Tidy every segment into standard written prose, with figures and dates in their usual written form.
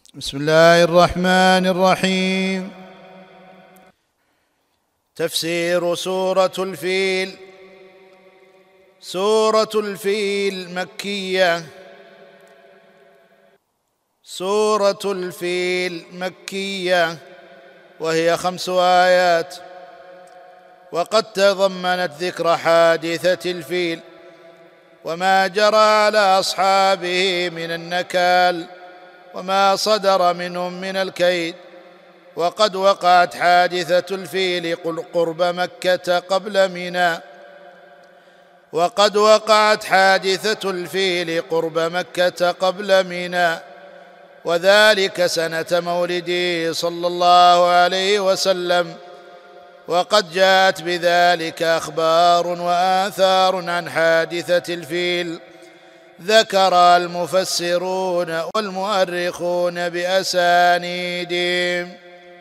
بسم الله الرحمن الرحيم. تفسير سورة الفيل. سورة الفيل مكية. سورة الفيل مكية وهي 5 آيات، وقد تضمنت ذكر حادثة الفيل وما جرى على أصحابه من النكال وما صدر منهم من الكيد. وقد وقعت حادثة الفيل قرب مكة قبل منى. وقد وقعت حادثة الفيل قرب مكة قبل منى، وذلك سنة مولده صلى الله عليه وسلم. وقد جاءت بذلك أخبار وآثار عن حادثة الفيل ذكر المفسرون والمؤرخون بأسانيدهم.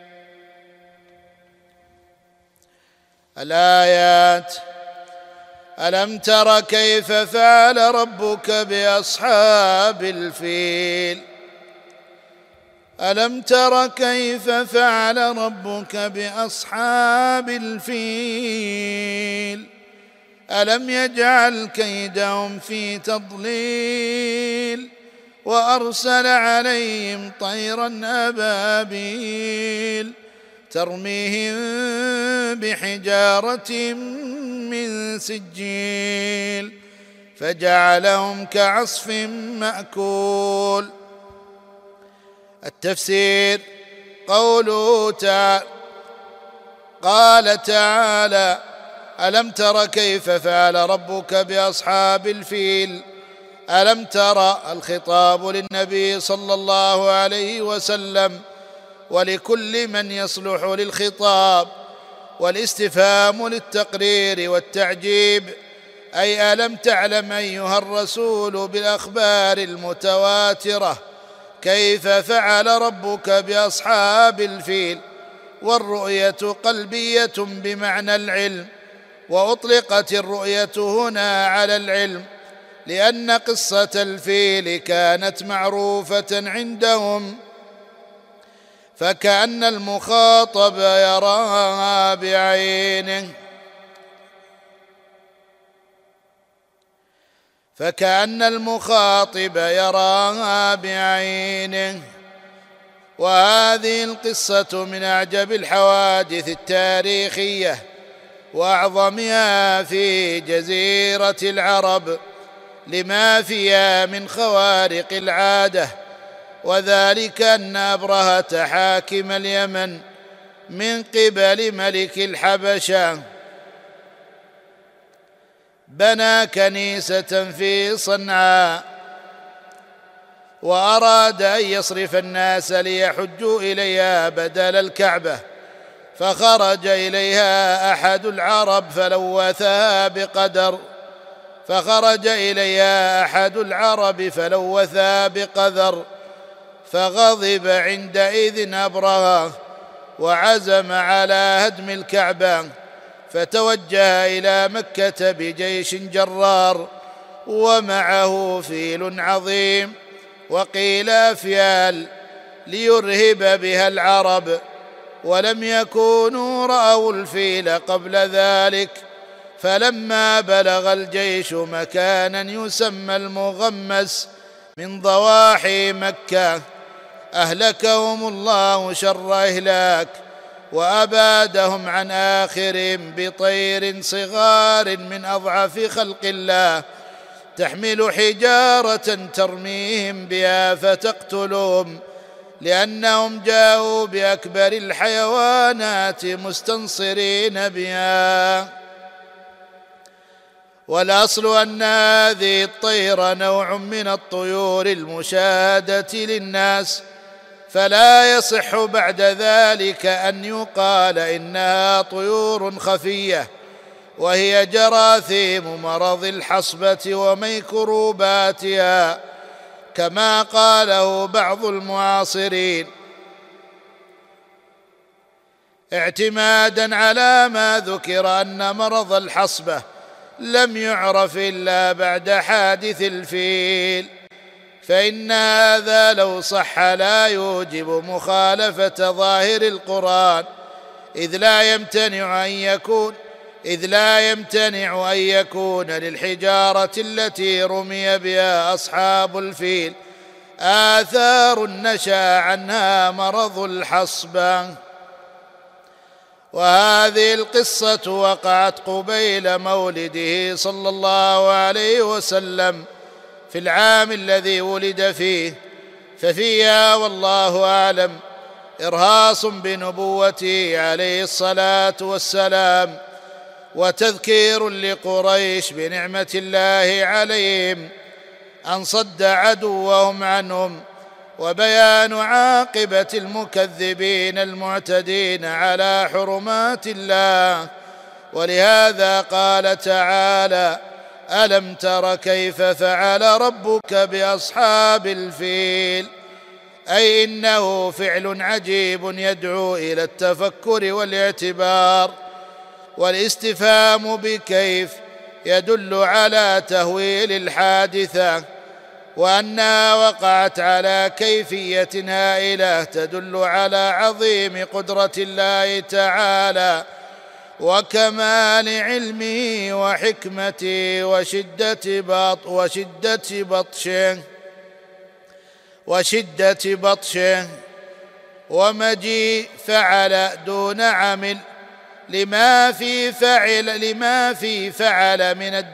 الآيات: ألم تر كيف فعل ربك بأصحاب الفيل؟ ألم تر كيف فعل ربك بأصحاب الفيل؟ ألم يجعل كيدهم في تضليل وأرسل عليهم طيرا أبابيل ترميهم بحجارة من سجيل فجعلهم كعصف مأكول. التفسير: قوله تعالى: قال تعالى: ألم تر كيف فعل ربك بأصحاب الفيل؟ ألم تر الخطاب للنبي صلى الله عليه وسلم ولكل من يصلح للخطاب، والاستفهام للتقرير والتعجيب، أي ألم تعلم أيها الرسول بالأخبار المتواترة كيف فعل ربك بأصحاب الفيل؟ والرؤية قلبية بمعنى العلم، وأطلقت الرؤية هنا على العلم لأن قصة الفيل كانت معروفة عندهم، فكأن المخاطب يراها بعينه وهذه القصة من أعجب الحوادث التاريخية وأعظمها في جزيرة العرب لما فيها من خوارق العادة، وذلك أن أبرهة حاكم اليمن من قبل ملك الحبشة بنى كنيسة في صنعاء، وأراد أن يصرف الناس ليحجوا إليها بدل الكعبة، فخرج إليها أحد العرب فلوثها بقذر فغضب عندئذ أبرهة وعزم على هدم الكعبة، فتوجه إلى مكة بجيش جرار ومعه فيل عظيم وقيل أفيال ليرهب بها العرب، ولم يكونوا رأوا الفيل قبل ذلك. فلما بلغ الجيش مكانا يسمى المغمس من ضواحي مكة أهلكهم الله شر إهلاك، وأبادهم عن آخرهم بطير صغار من أضعف خلق الله تحمل حجارة ترميهم بها فتقتلهم، لأنهم جاءوا بأكبر الحيوانات مستنصرين بها. والأصل أن هذه الطير نوع من الطيور المشاهدة للناس، فلا يصح بعد ذلك أن يقال إنها طيور خفية، وهي جراثيم مرض الحصبة وميكروباتها كما قاله بعض المعاصرين، اعتمادا على ما ذكر أن مرض الحصبة لم يعرف إلا بعد حادث الفيل، فإن هذا لو صح لا يوجب مخالفة ظاهر القرآن، إذ لا يمتنع أن يكون للحجارة التي رمي بها أصحاب الفيل آثار نشأ عنها مرض الحصبة. وهذه القصة وقعت قبيل مولده صلى الله عليه وسلم في العام الذي ولد فيه، ففيها والله أعلم إرهاص بنبوته عليه الصلاة والسلام، وتذكير لقريش بنعمة الله عليهم أن صد عدوهم عنهم، وبيان عاقبة المكذبين المعتدين على حرمات الله. ولهذا قال تعالى: ألم تر كيف فعل ربك بأصحاب الفيل؟ أي إنه فعل عجيب يدعو إلى التفكر والاعتبار. والاستفهام بكيف يدل على تهويل الحادثة، وأنها وقعت على كيفية هائلة تدل على عظيم قدرة الله تعالى وكمال علمه وحكمته وشدة بطشه ومجيء فعل دون عمل لما في فعل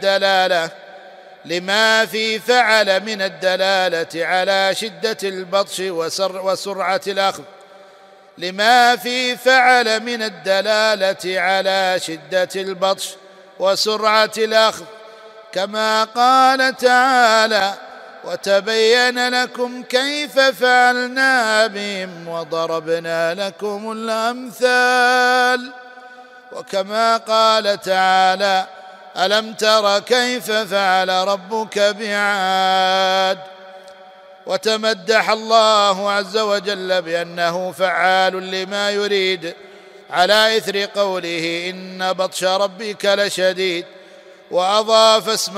من الدلالة على شدة البطش وسرعة الأخذ، لما في فعل من الدلالة على شدة البطش وسرعة الأخذ، كما قال تعالى: وتبين لكم كيف فعلنا بهم وضربنا لكم الأمثال. وكما قال تعالى: ألم تر كيف فعل ربك بعاد. وتمدح الله عز وجل بأنه فعال لما يريد على إثر قوله: إن بطش ربك لشديد. وأضاف اسم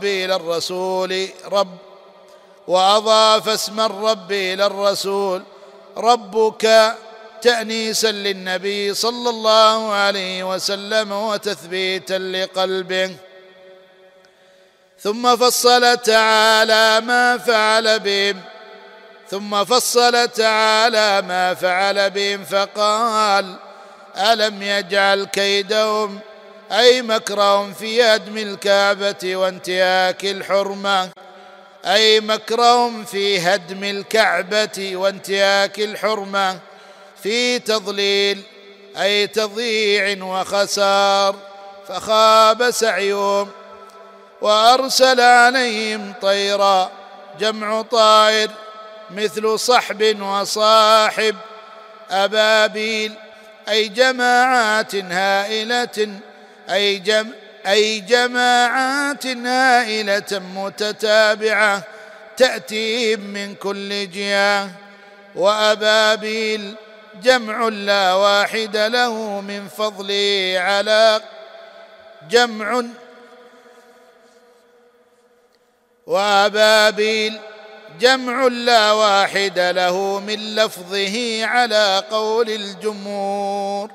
الرب إلى الرسول ربك تأنيسا للنبي صلى الله عليه وسلم وتثبيتا لقلبه. ثم فصل تعالى ما فعل بهم فقال: ألم يجعل كيدهم أي مكرهم في هدم الكعبة وانتهاك الحرمة، أي مكرهم في هدم الكعبة وانتهاك الحرمة في تضليل أي تضييع وخسار، فخاب سعيهم. وأرسل عليهم طيرا جمع طائر مثل صحب وصاحب أبابيل أي جماعات هائلة متتابعة تأتيهم من كل جهة. وأبابيل جمع لا واحد له من فضله على وأبابيل جمع لا واحد له من لفظه على قول الجمهور.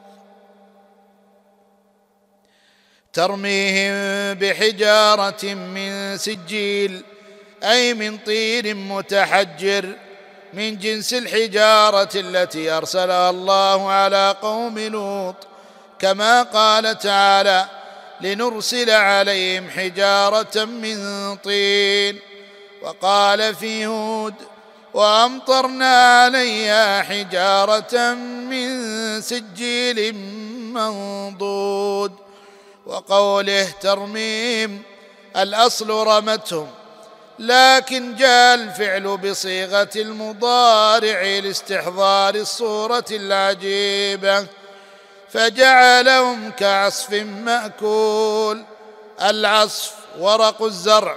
ترميهم بحجارة من سجيل أي من طين متحجر من جنس الحجارة التي أرسلها الله على قوم لوط، كما قال تعالى: لنرسل عليهم حجارة من طين. وقال في هود: وأمطرنا عليها حجارة من سجيل منضود. وقوله ترميم الأصل رمتهم، لكن جاء الفعل بصيغة المضارع لاستحضار الصورة العجيبة فجعلهم كعصف مأكول. العصف ورق الزرع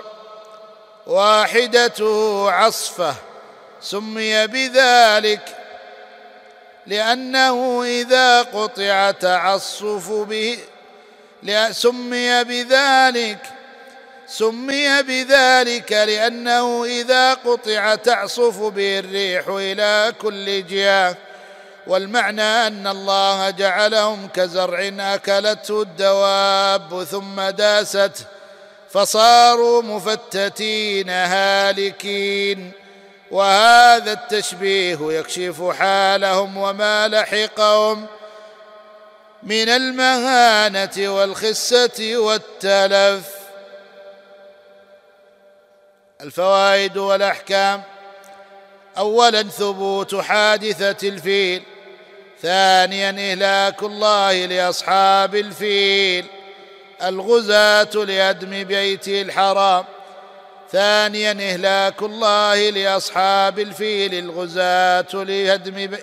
واحدته عصفة، سمي بذلك لأنه إذا قطع تعصف به، سمي بذلك سمي بذلك لأنه إذا قطع تعصف به الريح إلى كل جهة. والمعنى أن الله جعلهم كزرع أكلته الدواب ثم داسته فصاروا مفتتين هالكين. وهذا التشبيه يكشف حالهم وما لحقهم من المهانة والخسة والتلف. الفوائد والأحكام: أولا ثبوت حادثة الفيل. ثانيا إهلاك الله لأصحاب الفيل الغزاة لهدم بيته الحرام. ثانيا إهلاك الله لأصحاب الفيل الغزاة لهدم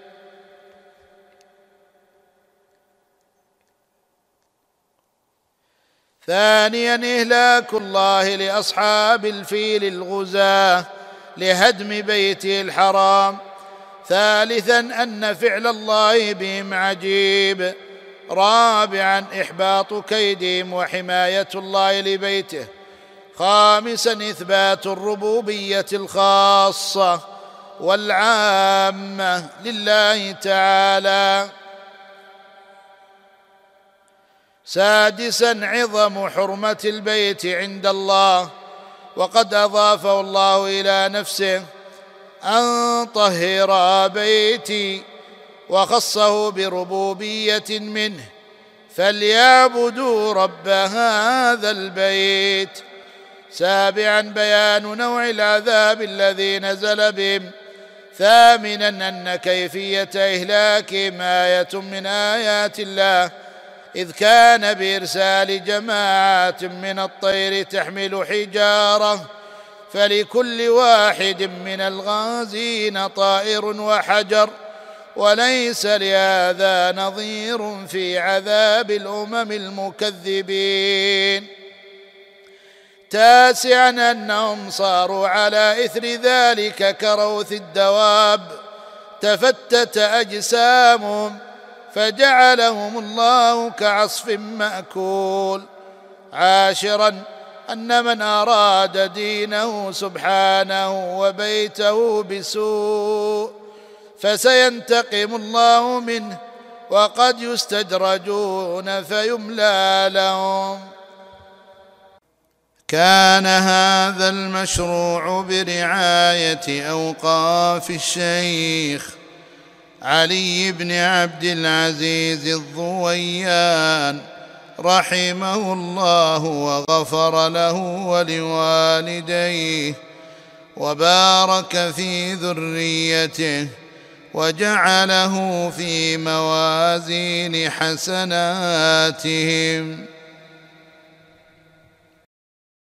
ثانيا إهلاك الله لأصحاب الفيل الغزاة لهدم بيته الحرام. ثالثا أن فعل الله بهم عجيب. رابعا إحباط كيدهم وحماية الله لبيته. خامسا إثبات الربوبية الخاصة والعامة لله تعالى. سادسا عظم حرمة البيت عند الله، وقد أضافه الله إلى نفسه أن طهر بيتي، وخصه بربوبية منه، فليعبدوا رب هذا البيت. سابعا بيان نوع العذاب الذي نزل بهم. ثامنا أن كيفية إهلاكهم آية من آيات الله، إذ كان بإرسال جماعات من الطير تحمل حجارة، فلكل واحد من الغازين طائر وحجر، وليس لهذا نظير في عذاب الأمم المكذبين. تاسعا أنهم صاروا على إثر ذلك كروث الدواب، تفتت أجسامهم فجعلهم الله كعصف مأكول. عاشرا أن من أراد دينه سبحانه وبيته بسوء فسينتقم الله منه، وقد يستدرجون فيملى لهم. كان هذا المشروع برعاية أوقاف الشيخ علي بن عبد العزيز الضويان رحمه الله وغفر له ولوالديه، وبارك في ذريته، وجعله في موازين حسناتهم.